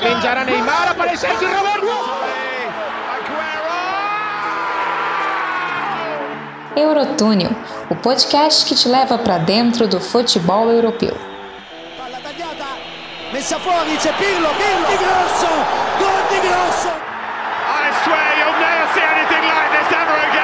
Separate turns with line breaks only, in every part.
Spingerà Neymar, aparece aqui Roberto!
Eurotúnel, o podcast que te leva para dentro do futebol europeu.
Palla tagliata, messa fuori, c'è Pirlo, di Grosso, gol di Grosso!
I swear you'll never see anything like this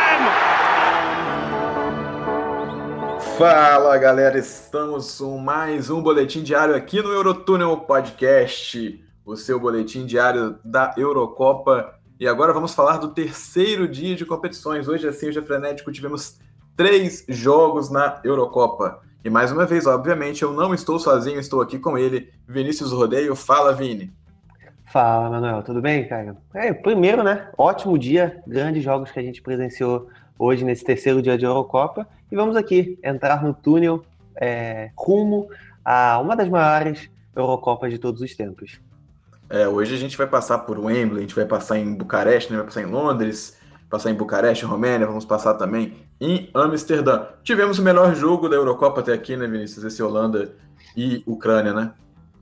ever again!
Fala galera, estamos com mais um boletim diário aqui no Eurotúnel Podcast, o seu boletim diário da Eurocopa. E agora vamos falar do terceiro dia de competições. Hoje, assim, hoje é frenético, tivemos 3 jogos na Eurocopa. E mais uma vez, obviamente, eu não estou sozinho, estou aqui com ele, Vinícius Rodeio. Fala, Vini.
Fala, Manuel, tudo bem, cara? Primeiro, né, ótimo dia, grandes jogos que a gente presenciou hoje nesse terceiro dia de Eurocopa. E vamos aqui entrar no túnel rumo a uma das maiores Eurocopas de todos os tempos.
Hoje a gente vai passar por Wembley, a gente vai passar em Bucareste, né? Vai passar em Londres, passar em Bucareste, Romênia, vamos passar também em Amsterdã. Tivemos o melhor jogo da Eurocopa até aqui, né, Vinícius? Esse Holanda e Ucrânia, né?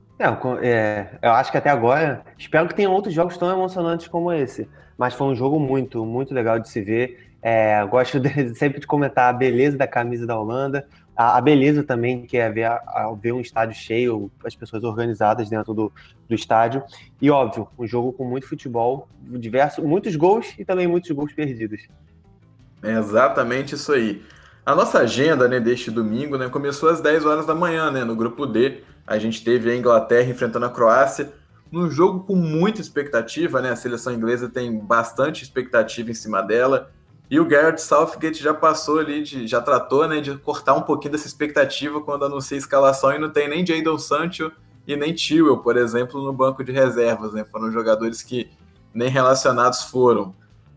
Eu acho que até agora, espero que tenham outros jogos tão emocionantes como esse, mas foi um jogo muito, muito legal de se ver. Eu gosto sempre de comentar a beleza da camisa da Holanda, a beleza também que é ver um estádio cheio, as pessoas organizadas dentro do estádio, e óbvio, um jogo com muito futebol, muitos gols e também muitos gols perdidos.
É exatamente isso aí. A nossa agenda, né, deste domingo, né, começou às 10 horas da manhã, né, no grupo D. A gente teve a Inglaterra enfrentando a Croácia, num jogo com muita expectativa, né, a seleção inglesa tem bastante expectativa em cima dela. E o Gareth Southgate já passou ali, já tratou, né, de cortar um pouquinho dessa expectativa quando anuncia a escalação e não tem nem Jadon Sancho e nem Chilwell, por exemplo, no banco de reservas, né? Foram jogadores que nem relacionados foram.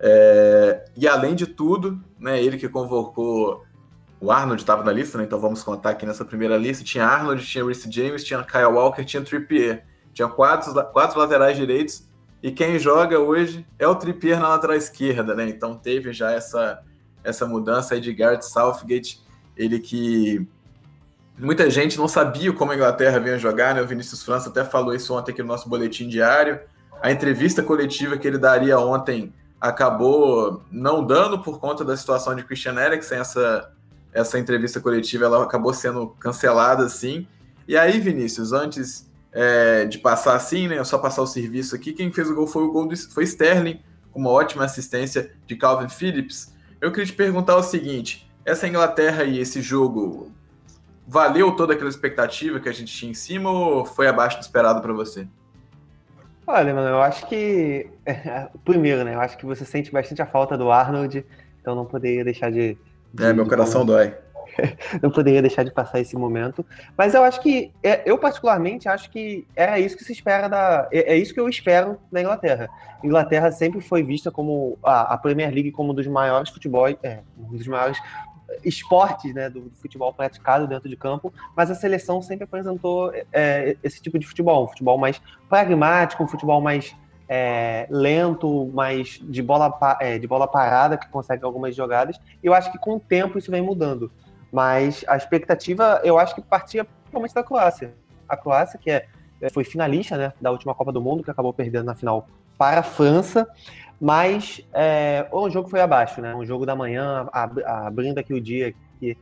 E além de tudo, né, ele que convocou o Arnold, estava na lista, né? Então vamos contar aqui nessa primeira lista, tinha Arnold, tinha Reece James, tinha Kyle Walker, tinha Trippier, tinha quatro laterais direitos. E quem joga hoje é o Trippier na lateral esquerda, né? Então teve já essa mudança aí de Gareth Southgate, ele que muita gente não sabia como a Inglaterra vinha jogar, né? O Vinícius França até falou isso ontem aqui no nosso boletim diário. A entrevista coletiva que ele daria ontem acabou não dando por conta da situação de Christian Eriksen. Essa entrevista coletiva ela acabou sendo cancelada, assim. E aí, Vinícius, antes de passar assim, né? Só passar o serviço aqui. Quem fez o gol foi Sterling, com uma ótima assistência de Calvin Phillips. Eu queria te perguntar o seguinte: essa Inglaterra e esse jogo valeu toda aquela expectativa que a gente tinha em cima ou foi abaixo do esperado para você?
Olha, mano, eu acho que primeiro, né? Eu acho que você sente bastante a falta do Arnold, então não poderia deixar de
meu coração dói.
Não poderia deixar de passar esse momento, mas eu acho que, eu particularmente acho que é isso que se espera é isso que eu espero da Inglaterra. A Inglaterra sempre foi vista como a Premier League como um dos maiores um dos maiores esportes, né, do futebol praticado dentro de campo, mas a seleção sempre apresentou esse tipo de futebol, um futebol mais pragmático, um futebol mais lento, mais de bola parada, que consegue algumas jogadas, e eu acho que com o tempo isso vem mudando. Mas a expectativa, eu acho que partia principalmente da Croácia. A Croácia, que foi finalista, né, da última Copa do Mundo, que acabou perdendo na final para a França, mas o jogo foi abaixo, né? Um jogo da manhã, abrindo aqui o dia, aqui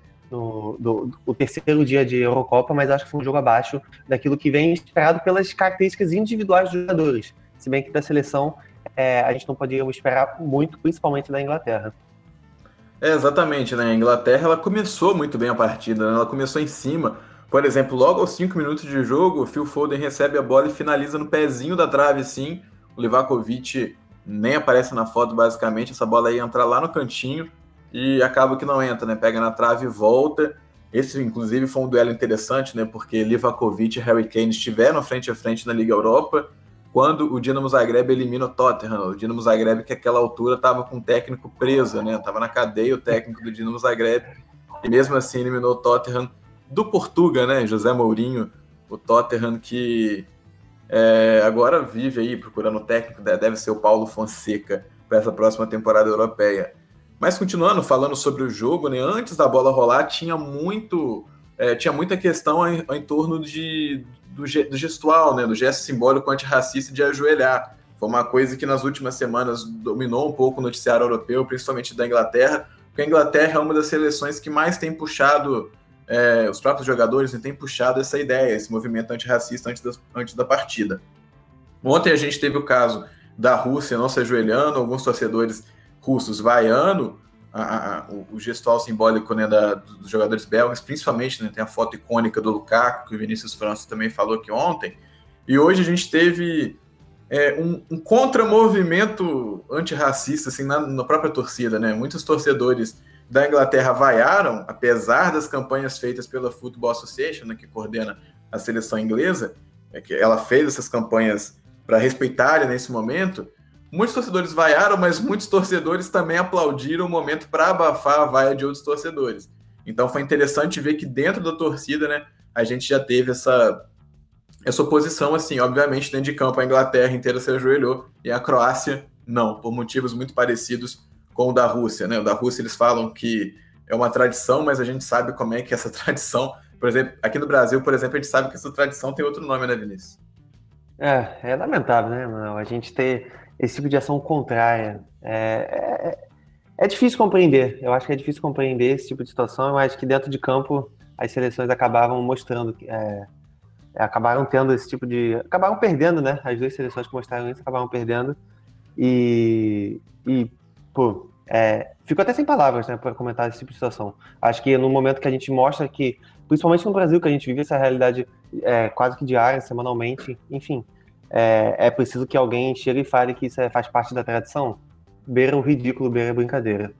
o terceiro dia de Eurocopa, mas acho que foi um jogo abaixo daquilo que vem esperado pelas características individuais dos jogadores. Se bem que da seleção a gente não podia esperar muito, principalmente da Inglaterra.
Exatamente, né? A Inglaterra ela começou muito bem a partida, né? Ela começou em cima. Por exemplo, logo aos 5 minutos de jogo, o Phil Foden recebe a bola e finaliza no pezinho da trave, sim. O Livakovic nem aparece na foto, basicamente. Essa bola ia entrar lá no cantinho e acaba que não entra, né? Pega na trave e volta. Esse, inclusive, foi um duelo interessante, né? Porque Livakovic e Harry Kane estiveram frente a frente na Liga Europa quando o Dinamo Zagreb elimina o Tottenham. O Dinamo Zagreb, que àquela altura estava com o técnico preso, né? Estava na cadeia o técnico do Dinamo Zagreb. E mesmo assim eliminou o Tottenham do Portuga, né? José Mourinho, o Tottenham que agora vive aí procurando o técnico, deve ser o Paulo Fonseca para essa próxima temporada europeia. Mas continuando falando sobre o jogo, né? Antes da bola rolar, tinha muita questão em torno do gestual, né, do gesto simbólico antirracista de ajoelhar. Foi uma coisa que nas últimas semanas dominou um pouco o noticiário europeu, principalmente da Inglaterra, porque a Inglaterra é uma das seleções que mais tem puxado, os próprios jogadores têm puxado essa ideia, esse movimento antirracista antes da partida. Ontem a gente teve o caso da Rússia não se ajoelhando, alguns torcedores russos vaiando o gestual simbólico, né, dos jogadores belgas, principalmente, né, tem a foto icônica do Lukaku, que o Vinícius França também falou aqui ontem, e hoje a gente teve um contramovimento antirracista assim, na própria torcida, né? Muitos torcedores da Inglaterra vaiaram, apesar das campanhas feitas pela Football Association, né, que coordena a seleção inglesa, que ela fez essas campanhas para respeitarem nesse momento. Muitos torcedores vaiaram, mas muitos torcedores também aplaudiram o momento para abafar a vaia de outros torcedores. Então foi interessante ver que dentro da torcida, né, a gente já teve essa oposição, assim, obviamente dentro de campo a Inglaterra inteira se ajoelhou e a Croácia não, por motivos muito parecidos com o da Rússia, né? O da Rússia eles falam que é uma tradição, mas a gente sabe como é que essa tradição, por exemplo, aqui no Brasil, por exemplo, a gente sabe que essa tradição tem outro nome, né, Vinícius?
É lamentável, né, Manuel? A gente ter esse tipo de ação contrária. É difícil compreender. Eu acho que é difícil compreender esse tipo de situação. Eu acho que dentro de campo as seleções acabavam mostrando, acabaram tendo esse tipo de... Acabaram perdendo, né? As duas seleções que mostraram isso acabaram perdendo. Fico até sem palavras, né, para comentar esse tipo de situação. Acho que no momento que a gente mostra que, principalmente no Brasil, que a gente vive essa realidade quase que diária, semanalmente, enfim, é preciso que alguém chegue e fale que isso faz parte da tradição. Beira o ridículo, beira a brincadeira.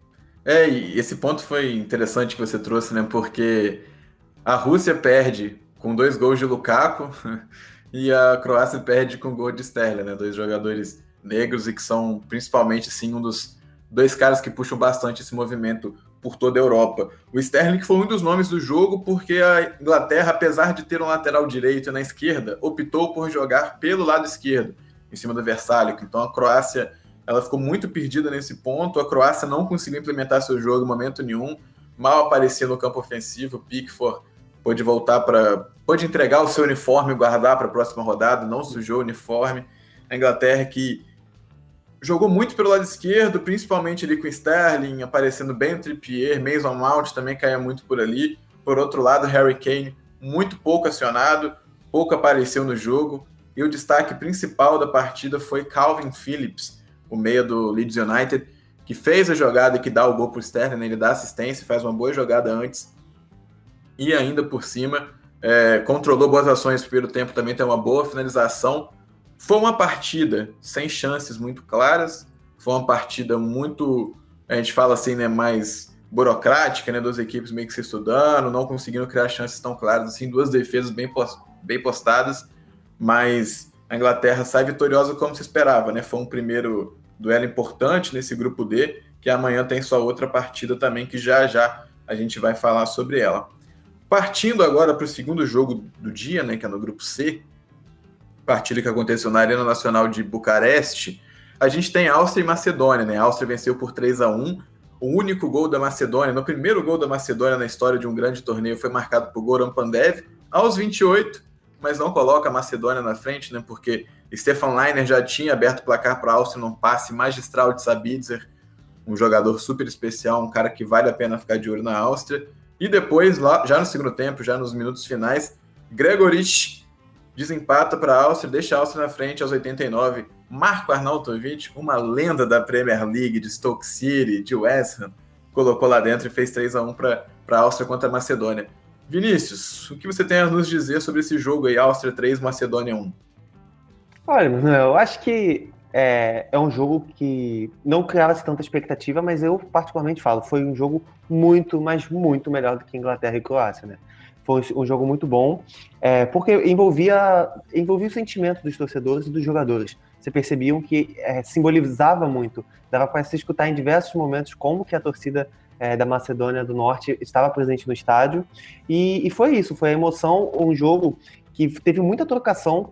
E esse ponto foi interessante que você trouxe, né, porque a Rússia perde com 2 gols de Lukaku e a Croácia perde com gol de Sterling, né, 2 jogadores negros e que são principalmente assim, um dos 2 caras que puxam bastante esse movimento por toda a Europa. O Sterling foi um dos nomes do jogo porque a Inglaterra, apesar de ter um lateral direito na esquerda, optou por jogar pelo lado esquerdo, em cima do Versálico. Então a Croácia ela ficou muito perdida nesse ponto, a Croácia não conseguiu implementar seu jogo em momento nenhum, mal aparecia no campo ofensivo, o Pickford pôde entregar o seu uniforme e guardar para a próxima rodada, não sujou o uniforme. A Inglaterra que jogou muito pelo lado esquerdo, principalmente ali com o Sterling, aparecendo bem o Trippier, Mason Mount também caía muito por ali. Por outro lado, Harry Kane, muito pouco acionado, pouco apareceu no jogo. E o destaque principal da partida foi Calvin Phillips, o meia do Leeds United, que fez a jogada que dá o gol para o Sterling, né? Ele dá assistência, faz uma boa jogada antes. E ainda por cima, controlou boas ações no primeiro tempo, também tem uma boa finalização. Foi uma partida sem chances muito claras, foi uma partida muito, a gente fala assim, né, mais burocrática, né, 2 equipes meio que se estudando, não conseguindo criar chances tão claras, assim, 2 defesas bem postadas, mas a Inglaterra sai vitoriosa como se esperava, né, foi um primeiro duelo importante nesse grupo D, que amanhã tem sua outra partida também, que já a gente vai falar sobre ela. Partindo agora para o segundo jogo do dia, né, que é no grupo C, partida que aconteceu na Arena Nacional de Bucareste, a gente tem Áustria e Macedônia, né? A Áustria venceu por 3-1. O único gol da Macedônia, no primeiro gol da Macedônia na história de um grande torneio, foi marcado por Goran Pandev aos 28, mas não coloca a Macedônia na frente, né? Porque Stefan Leiner já tinha aberto o placar para a Áustria num passe magistral de Sabitzer, um jogador super especial, um cara que vale a pena ficar de olho na Áustria. E depois, lá, já no segundo tempo, já nos minutos finais, Gregoritsch desempata para a Áustria, deixa a Áustria na frente aos 89. Marko Arnautovic, uma lenda da Premier League, de Stoke City, de West Ham, colocou lá dentro e fez 3-1 para a Áustria contra a Macedônia. Vinícius, o que você tem a nos dizer sobre esse jogo aí, Áustria 3, Macedônia 1?
Olha, eu acho que é um jogo que não criava-se tanta expectativa, mas eu particularmente falo, foi um jogo muito, mas muito melhor do que Inglaterra e Croácia, né? Foi um jogo muito bom, porque envolvia o sentimento dos torcedores e dos jogadores. Você percebiam que simbolizava muito, dava para se escutar em diversos momentos como que a torcida da Macedônia do Norte estava presente no estádio, e foi isso, foi a emoção, um jogo que teve muita trocação,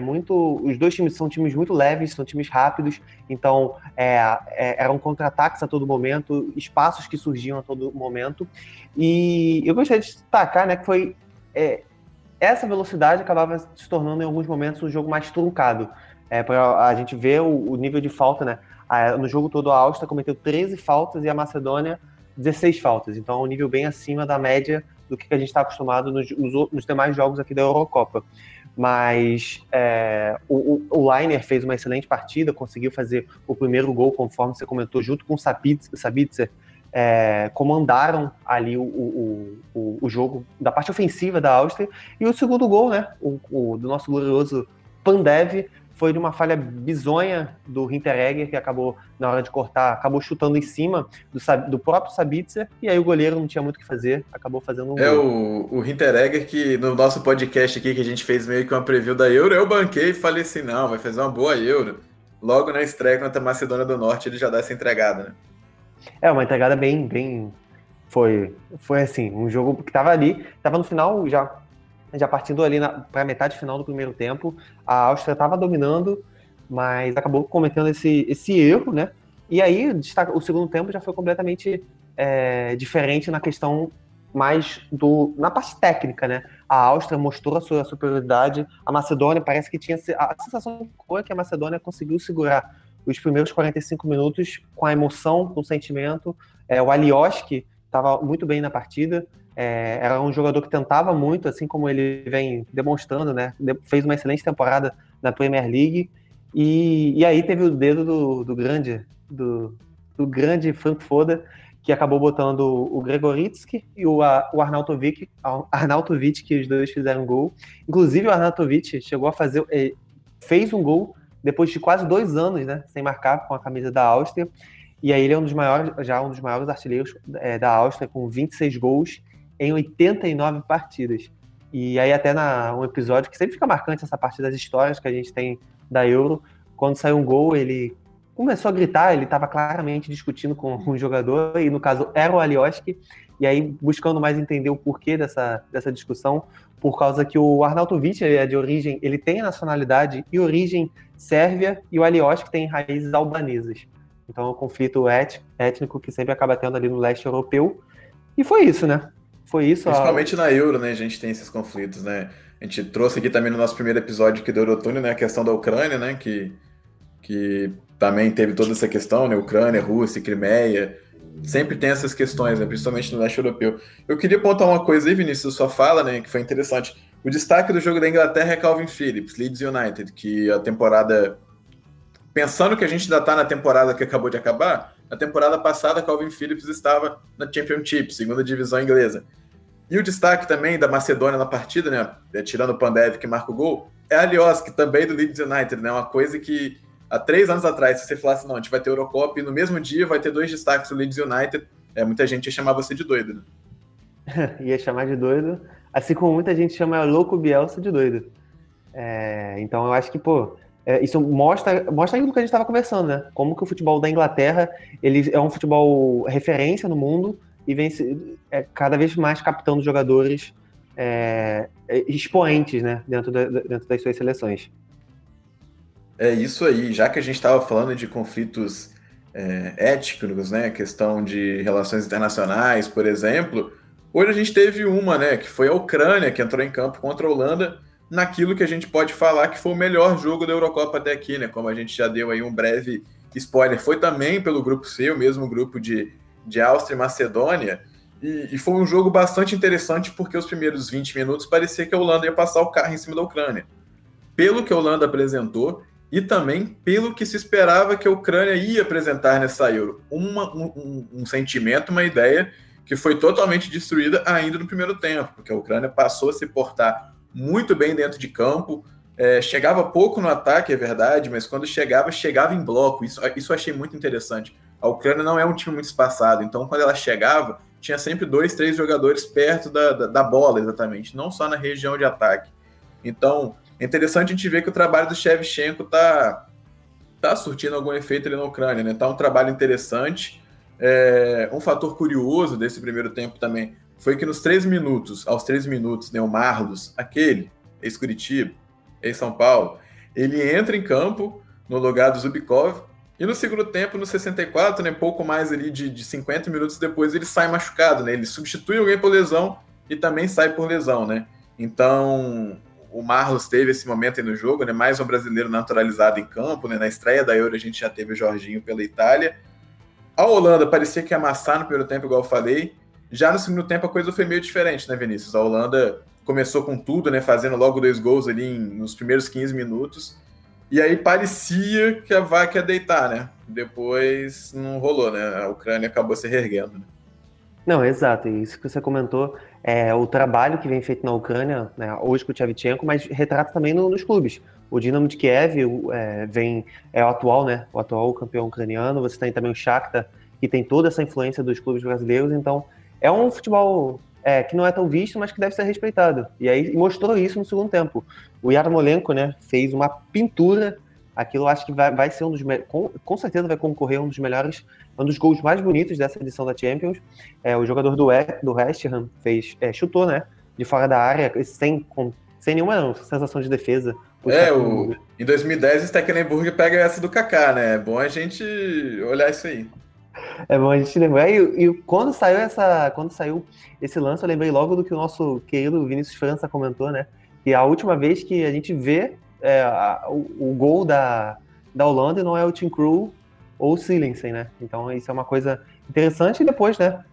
os 2 times são times muito leves, são times rápidos, então eram contra-ataques a todo momento, espaços que surgiam a todo momento, e eu gostaria de destacar, né, que foi essa velocidade acabava se tornando em alguns momentos um jogo mais truncado. Pra a gente ver o nível de falta, né? No jogo todo a Áustria cometeu 13 faltas e a Macedônia 16 faltas. Então é um nível bem acima da média do que a gente está acostumado nos demais jogos aqui da Eurocopa. Mas o Lainer fez uma excelente partida, conseguiu fazer o primeiro gol, conforme você comentou, junto com o Sabitzer, comandaram ali o jogo da parte ofensiva da Áustria. E o segundo gol, né, do nosso glorioso Pandev, foi de uma falha bizonha do Hinteregger, que acabou, na hora de cortar, acabou chutando em cima do próprio Sabitzer, e aí o goleiro não tinha muito o que fazer, acabou fazendo um gol.
O Hinteregger, que no nosso podcast aqui, que a gente fez meio que uma preview da Euro, eu banquei e falei assim, não, vai fazer uma boa Euro. Logo na estreia contra a Macedônia do Norte, ele já dá essa entregada, né?
Uma entregada bem... Foi assim, um jogo que tava ali, tava no final já partindo ali para a metade final do primeiro tempo, a Áustria estava dominando, mas acabou cometendo esse erro, né? E aí o segundo tempo já foi completamente diferente na questão mais na parte técnica, né? A Áustria mostrou a sua superioridade, a Macedônia parece que tinha a sensação que a Macedônia conseguiu segurar os primeiros 45 minutos com a emoção, com o sentimento. O Alioski estava muito bem na partida. Era um jogador que tentava muito, assim como ele vem demonstrando, né? Fez uma excelente temporada na Premier League e aí teve o dedo do grande Frankfurter, que acabou botando o Gregoritsky e o Arnautovic, que os dois fizeram gol. Inclusive o Arnautovic chegou a fez um gol depois de quase 2 anos, né, sem marcar com a camisa da Áustria, e aí ele é um dos maiores artilheiros da Áustria, com 26 gols em 89 partidas. E aí até um episódio que sempre fica marcante, essa parte das histórias que a gente tem da Euro, quando saiu um gol, ele começou a gritar, ele estava claramente discutindo com o jogador, e no caso era o Alioski, e aí buscando mais entender o porquê dessa discussão, por causa que o Arnautovic é de origem, ele tem a nacionalidade e origem sérvia, e o Alioski tem raízes albanesas. Então é um conflito étnico que sempre acaba tendo ali no leste europeu, e foi isso, né? Foi isso.
Principalmente na Euro, né? A gente tem esses conflitos, né? A gente trouxe aqui também no nosso primeiro episódio aqui do Eurotúneo, né? A questão da Ucrânia, né? Que também teve toda essa questão, né? Ucrânia, Rússia, Crimeia. Sempre tem essas questões, né? Principalmente no leste europeu. Eu queria pontuar uma coisa aí, Vinícius, sua fala, né? Que foi interessante. O destaque do jogo da Inglaterra é Calvin Phillips, Leeds United, que a temporada... Pensando que a gente ainda tá na temporada que acabou de acabar, na temporada passada, Calvin Phillips estava na Championship, segunda divisão inglesa. E o destaque também da Macedônia na partida, né, tirando o Pandev que marca o gol, é a Alioski, também do Leeds United, né, uma coisa que há 3 anos atrás, se você falasse, não, a gente vai ter Eurocopa e no mesmo dia vai ter 2 destaques do Leeds United, muita gente ia chamar você de doido, né?
Ia chamar de doido, assim como muita gente chama louco Bielsa de doido. Então eu acho que, isso mostra aquilo que a gente estava conversando, né? Como que o futebol da Inglaterra ele é um futebol referência no mundo e vem cada vez mais captando jogadores expoentes, né? dentro das suas seleções.
É isso aí. Já que a gente estava falando de conflitos étnicos, né? Questão de relações internacionais, por exemplo, hoje a gente teve uma, né? Que foi a Ucrânia, que entrou em campo contra a Holanda, naquilo que a gente pode falar que foi o melhor jogo da Eurocopa até aqui, né? Como a gente já deu aí um breve spoiler, foi também pelo grupo C, o mesmo grupo de Áustria e Macedônia, e foi um jogo bastante interessante porque os primeiros 20 minutos parecia que a Holanda ia passar o carro em cima da Ucrânia. Pelo que a Holanda apresentou e também pelo que se esperava que a Ucrânia ia apresentar nessa Euro. Um sentimento, uma ideia que foi totalmente destruída ainda no primeiro tempo, porque a Ucrânia passou a se portar muito bem dentro de campo, chegava pouco no ataque, é verdade, mas quando chegava em bloco, isso eu achei muito interessante. A Ucrânia não é um time muito espaçado, então quando ela chegava, tinha sempre 2, 3 jogadores perto da bola, exatamente, não só na região de ataque. Então, é interessante a gente ver que o trabalho do Shevchenko tá surtindo algum efeito ali na Ucrânia, né? Tá um trabalho interessante. Um fator curioso desse primeiro tempo também foi que aos 3 minutos, né, o Marlos, aquele, ex-Curitiba, ex-São Paulo, ele entra em campo no lugar do Zubikov, e no segundo tempo, no 64, né, pouco mais ali de 50 minutos depois, ele sai machucado, né, ele substitui alguém por lesão e também sai por lesão, né. Então, o Marlos teve esse momento aí no jogo, né? Mais um brasileiro naturalizado em campo, né? Na estreia da Euro a gente já teve o Jorginho pela Itália. A Holanda parecia que ia amassar no primeiro tempo, igual eu falei. Já no segundo tempo a coisa foi meio diferente, né, Vinícius? A Holanda começou com tudo, né? Fazendo logo 2 gols ali nos primeiros 15 minutos. E aí parecia que a vaca ia deitar, né? Depois não rolou, né? A Ucrânia acabou se reerguendo, né?
Não, exato. E isso que você comentou é o trabalho que vem feito na Ucrânia, né, hoje com o Shevchenko, mas retrata também nos clubes. O Dinamo de Kiev é o atual, né? O atual campeão ucraniano. Você tem também o Shakhtar, que tem toda essa influência dos clubes brasileiros. Então, é um futebol que não é tão visto, mas que deve ser respeitado. E aí mostrou isso no segundo tempo. O Yarmolenko, né, fez uma pintura. Aquilo acho que vai ser com certeza vai concorrer um dos melhores, um dos gols mais bonitos dessa edição da Champions. O jogador do West Ham chutou, né, de fora da área, sem nenhuma sensação de defesa.
Em 2010 o Stekelenburg pega essa do Kaká, né? É bom a gente olhar isso aí.
É bom a gente lembrar. E quando saiu esse lance, eu lembrei logo do que o nosso querido Vinícius França comentou, né? Que a última vez que a gente vê o gol da Holanda não é o Tim Krul ou o Silensen, né? Então isso é uma coisa interessante. E depois, né,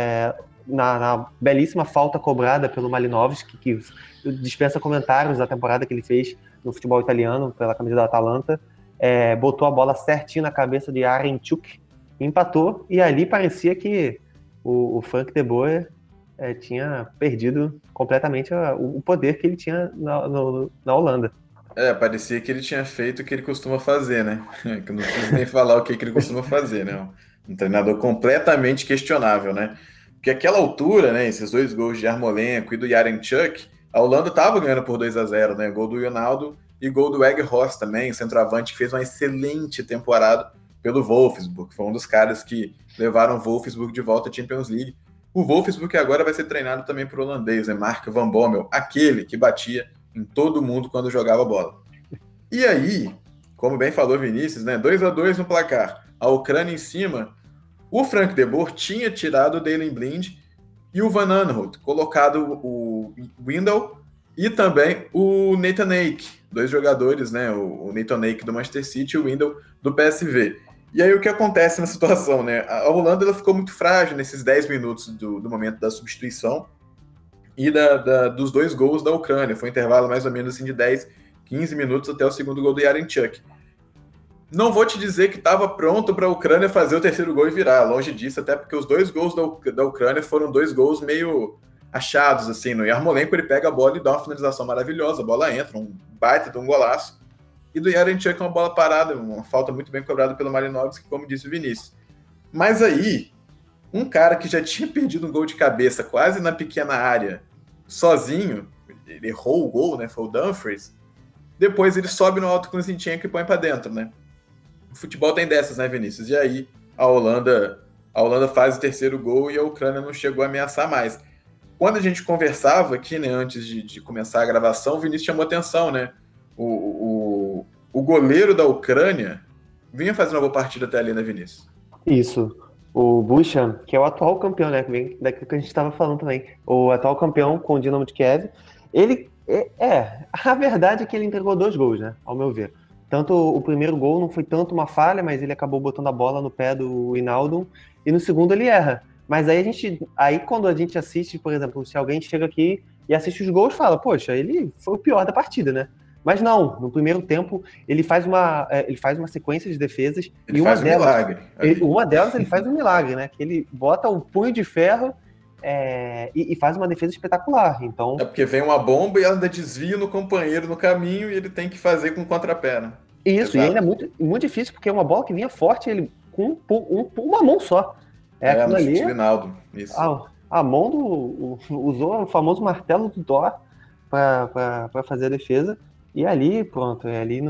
na belíssima falta cobrada pelo Malinovski, que dispensa comentários da temporada que ele fez no futebol italiano pela camisa da Atalanta, botou a bola certinho na cabeça de Arenchuk, empatou, e ali parecia que o Frank de Boer tinha perdido completamente o poder que ele tinha na Holanda.
Parecia que ele tinha feito o que ele costuma fazer, né? Que eu não preciso nem falar o que ele costuma fazer, né? Um treinador completamente questionável, né? Porque aquela altura, né? Esses 2 gols de Yarmolenko e do Yaremchuk, a Holanda estava ganhando por 2-0, né? Gol do Ronaldo e gol do Weghorst também, centroavante, que fez uma excelente temporada pelo Wolfsburg. Foi um dos caras que levaram o Wolfsburg de volta à Champions League. O Wolfsburg agora vai ser treinado também por holandês, né? Mark van Bommel, aquele que batia em todo mundo quando jogava bola. E aí, como bem falou Vinícius, né, 2-2 no placar, a Ucrânia em cima, o Frank de Boer tinha tirado o Daley Blind e o Van Aanholt, colocado o Windle e também o Nathan Ake, 2 jogadores, né, o Nathan Ake do Manchester City e o Windle do PSV. E aí o que acontece na situação, né? A Holanda ela ficou muito frágil nesses 10 minutos do momento da substituição e dos 2 gols da Ucrânia. Foi um intervalo mais ou menos assim de 10, 15 minutos até o segundo gol do Yaremchuk. Não vou te dizer que estava pronto para a Ucrânia fazer o terceiro gol e virar, longe disso, até porque os 2 gols da Ucrânia foram 2 gols meio achados, assim. No Yarmolenko ele pega a bola e dá uma finalização maravilhosa, a bola entra, um baita de um golaço. E do Yaremchuk é uma bola parada, uma falta muito bem cobrada pelo Malinovski, como disse o Vinícius. Mas aí, um cara que já tinha perdido um gol de cabeça quase na pequena área, sozinho, ele errou o gol, né? Foi o Dumfries. Depois ele sobe no alto com o Zinchenko e põe para dentro, né? O futebol tem dessas, né, Vinícius? E aí a Holanda faz o terceiro gol e a Ucrânia não chegou a ameaçar mais. Quando a gente conversava aqui, né, antes de começar a gravação, o Vinícius chamou atenção, né? O goleiro da Ucrânia vinha fazendo uma boa partida até ali, né, Vinícius?
Isso. O Bucha, que é o atual campeão, né? Daquilo que a gente estava falando também. O atual campeão com o Dinamo de Kiev. Ele a verdade é que ele entregou 2 gols, né? Ao meu ver. Tanto o primeiro gol não foi tanto uma falha, mas ele acabou botando a bola no pé do Wijnaldum. E no segundo ele erra. Mas aí quando a gente assiste, por exemplo, se alguém chega aqui e assiste os gols, fala, poxa, ele foi o pior da partida, né? Mas não, no primeiro tempo ele faz uma sequência de defesas
e uma delas
ele faz um milagre, né? Que ele bota um punho de ferro e faz uma defesa espetacular. Então
porque vem uma bomba e ela desvia no companheiro no caminho e ele tem que fazer com o contrapé, né?
Isso. Exato. E ainda é muito, muito difícil porque é uma bola que vinha forte ele com uma mão só.
No chute Wijnaldum. Isso.
A mão usou o famoso martelo do Thor para fazer a defesa. E ali, pronto,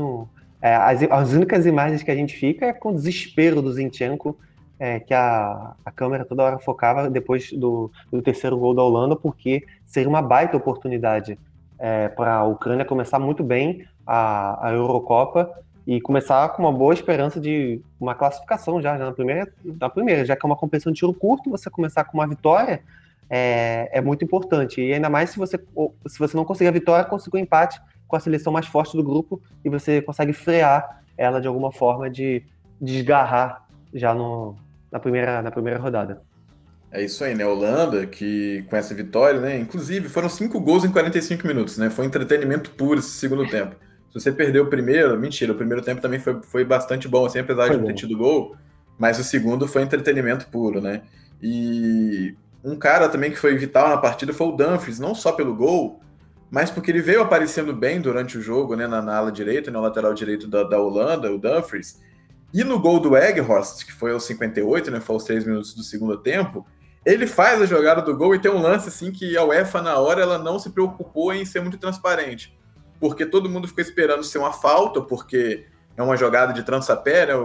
as únicas imagens que a gente fica é com o desespero do Zinchenko, que a câmera toda hora focava depois do terceiro gol da Holanda, porque seria uma baita oportunidade para a Ucrânia começar muito bem a Eurocopa e começar com uma boa esperança de uma classificação já na primeira, já que é uma competição de tiro curto, você começar com uma vitória é muito importante. E ainda mais se você não conseguir a vitória, conseguir um empate com a seleção mais forte do grupo e você consegue frear ela de alguma forma de desgarrar já na primeira rodada.
É isso aí, né? A Holanda, que com essa vitória, né? Inclusive, foram 5 gols em 45 minutos, né? Foi entretenimento puro esse segundo tempo. Se você perdeu o primeiro, mentira, o primeiro tempo também foi bastante bom, assim, apesar de não ter tido gol, mas o segundo foi entretenimento puro, né? E um cara também que foi vital na partida foi o Dumfries, não só pelo gol, mas porque ele veio aparecendo bem durante o jogo, né? Na ala direita, no lateral direito da Holanda, o Dumfries. E no gol do Weghorst, que foi aos 58, né? Foi aos 3 minutos do segundo tempo, ele faz a jogada do gol e tem um lance assim que a UEFA, na hora, ela não se preocupou em ser muito transparente. Porque todo mundo ficou esperando ser uma falta, porque é uma jogada de trançapé, né?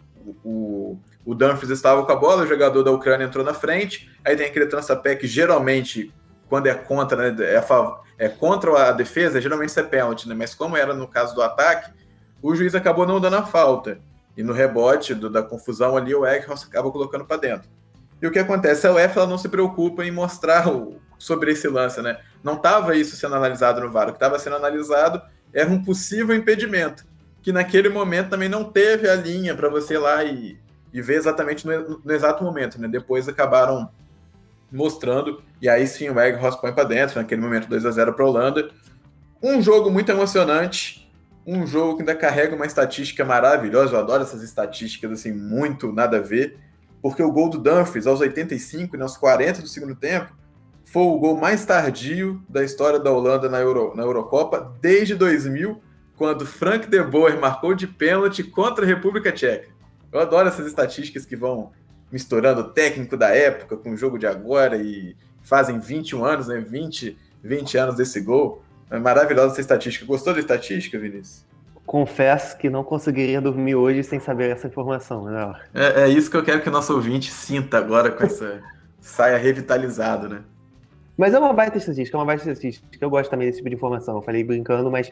O Dumfries estava com a bola, o jogador da Ucrânia entrou na frente, aí tem aquele trançapé que geralmente, quando é contra, né, é contra a defesa, geralmente isso é pênalti, né? Mas como era no caso do ataque, o juiz acabou não dando a falta. E no rebote da confusão ali, o Weghorst acaba colocando para dentro. E o que acontece? A UEFA ela não se preocupa em mostrar sobre esse lance, né? Não estava isso sendo analisado no VAR. O que estava sendo analisado era um possível impedimento, que naquele momento também não teve a linha para você ir lá e ver exatamente no exato momento, né? Depois acabaram mostrando, e aí sim o Weghorst põe para dentro, naquele momento 2-0 para a Holanda. Um jogo muito emocionante, um jogo que ainda carrega uma estatística maravilhosa. Eu adoro essas estatísticas, assim, muito nada a ver, porque o gol do Dumfries aos 85 e aos 40 do segundo tempo foi o gol mais tardio da história da Holanda na Eurocopa desde 2000, quando Frank de Boer marcou de pênalti contra a República Tcheca. Eu adoro essas estatísticas que vão misturando o técnico da época com o jogo de agora e fazem 21 anos, né? 20 anos desse gol. É maravilhosa essa estatística. Gostou da estatística, Vinícius?
Confesso que não conseguiria dormir hoje sem saber essa informação, né?
É isso que eu quero que o nosso ouvinte sinta agora com essa saia revitalizado, né?
Mas é uma baita estatística, Eu gosto também desse tipo de informação. Eu falei brincando, mas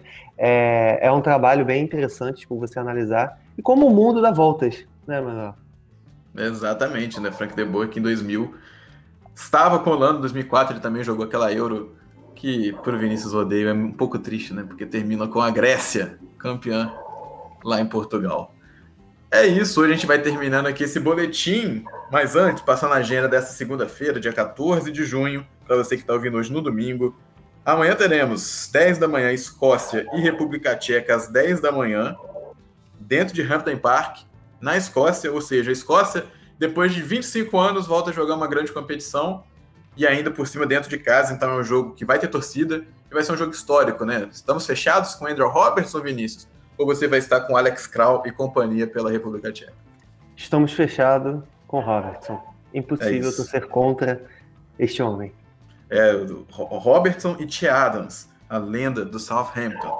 é um trabalho bem interessante por você analisar. E como o mundo dá voltas, né, Manuel?
Exatamente, né? Frank de Boer, que em 2000 estava com o Holanda, em 2004 ele também jogou aquela Euro que, por Vinícius Rodeio, é um pouco triste, né? Porque termina com a Grécia campeã lá em Portugal. É isso, hoje a gente vai terminando aqui esse boletim, mas antes, passando a agenda dessa segunda-feira, dia 14 de junho, para você que está ouvindo hoje no domingo. Amanhã teremos 10 da manhã Escócia e República Tcheca às 10 da manhã, dentro de Hampden Park, na Escócia, ou seja, a Escócia, depois de 25 anos, volta a jogar uma grande competição, e ainda por cima dentro de casa, então é um jogo que vai ter torcida, e vai ser um jogo histórico, né? Estamos fechados com Andrew Robertson, Vinícius, ou você vai estar com Alex Kral e companhia pela República Tcheca?
Estamos fechados com Robertson. Impossível torcer contra este homem.
Robertson e Che Adams, a lenda do Southampton.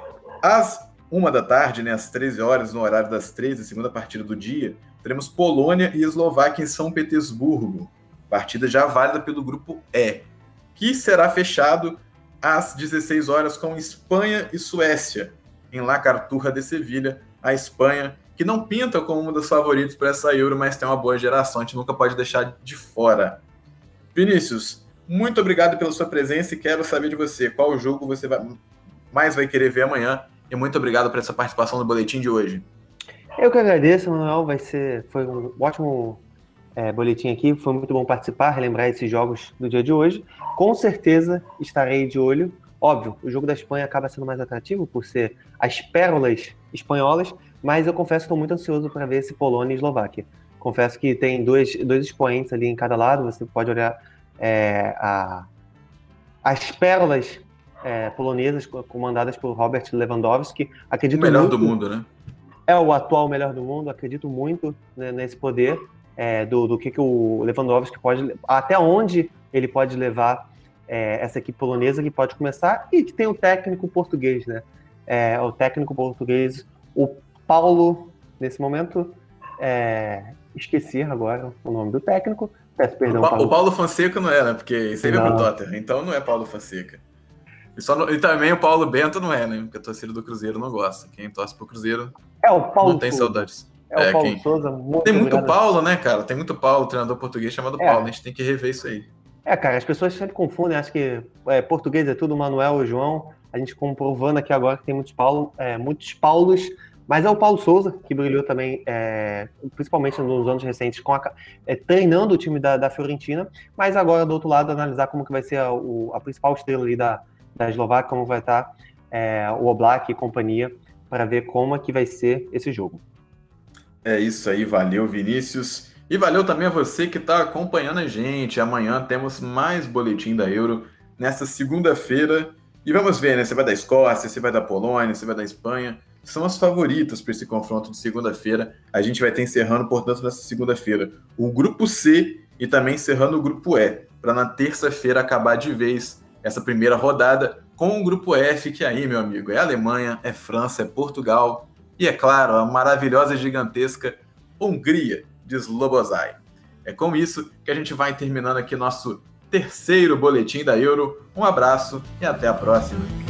Às 1 da tarde, né, às 13 horas, no horário das 13, segunda partida do dia, teremos Polônia e Eslováquia em São Petersburgo. Partida já válida pelo grupo E, que será fechado às 16 horas com Espanha e Suécia, em La Cartuja de Sevilha, a Espanha, que não pinta como um dos favoritos para essa Euro, mas tem uma boa geração, a gente nunca pode deixar de fora. Vinícius, muito obrigado pela sua presença e quero saber de você, qual jogo você mais vai querer ver amanhã, e muito obrigado por essa participação no boletim de hoje.
Eu que agradeço, Manuel, foi um ótimo boletim aqui, foi muito bom participar, relembrar esses jogos do dia de hoje. Com certeza estarei de olho. Óbvio, o jogo da Espanha acaba sendo mais atrativo por ser as pérolas espanholas, mas eu confesso que estou muito ansioso para ver esse Polônia e Eslováquia. Confesso que tem dois expoentes ali em cada lado, você pode olhar as pérolas polonesas comandadas por Robert Lewandowski. Acredito
o melhor
muito,
do mundo, né?
É o atual melhor do mundo, acredito muito, né, nesse poder do que o Lewandowski pode, até onde ele pode levar essa equipe polonesa, que pode começar, e que tem o técnico português, né? O técnico português, o Paulo, nesse momento, esqueci agora o nome do técnico, peço perdão.
O Paulo Fonseca não é, né? Porque sempre é pro Tottenham, então não é Paulo Fonseca. E também o Paulo Bento não é, né? Porque a torcida do Cruzeiro não gosta. Quem torce pro Cruzeiro
o Paulo
não tem
Souza.
Saudades.
O Paulo Souza.
Tem muito Paulo, né, cara? Tem muito Paulo, treinador português chamado Paulo. A gente tem que rever isso aí.
Cara, as pessoas sempre confundem, acho que português é tudo Manuel ou João. A gente comprovando aqui agora que tem muitos Paulos, mas é o Paulo Souza, que brilhou também, principalmente nos anos recentes, treinando o time da Fiorentina, mas agora, do outro lado, analisar como que vai ser a principal estrela ali da Eslováquia, como vai estar o Oblak e companhia, para ver como é que vai ser esse jogo.
É isso aí, valeu, Vinícius. E valeu também a você que está acompanhando a gente. Amanhã temos mais Boletim da Euro, nesta segunda-feira. E vamos ver, né? Você vai da Escócia, você vai da Polônia, você vai da Espanha. São as favoritas para esse confronto de segunda-feira. A gente vai estar encerrando, portanto, nessa segunda-feira o Grupo C e também encerrando o Grupo E, para na terça-feira acabar de vez essa primeira rodada com o Grupo F, que aí, meu amigo, é Alemanha, é França, é Portugal e, é claro, a maravilhosa e gigantesca Hungria de Slobozai. É com isso que a gente vai terminando aqui nosso terceiro Boletim da Euro. Um abraço e até a próxima.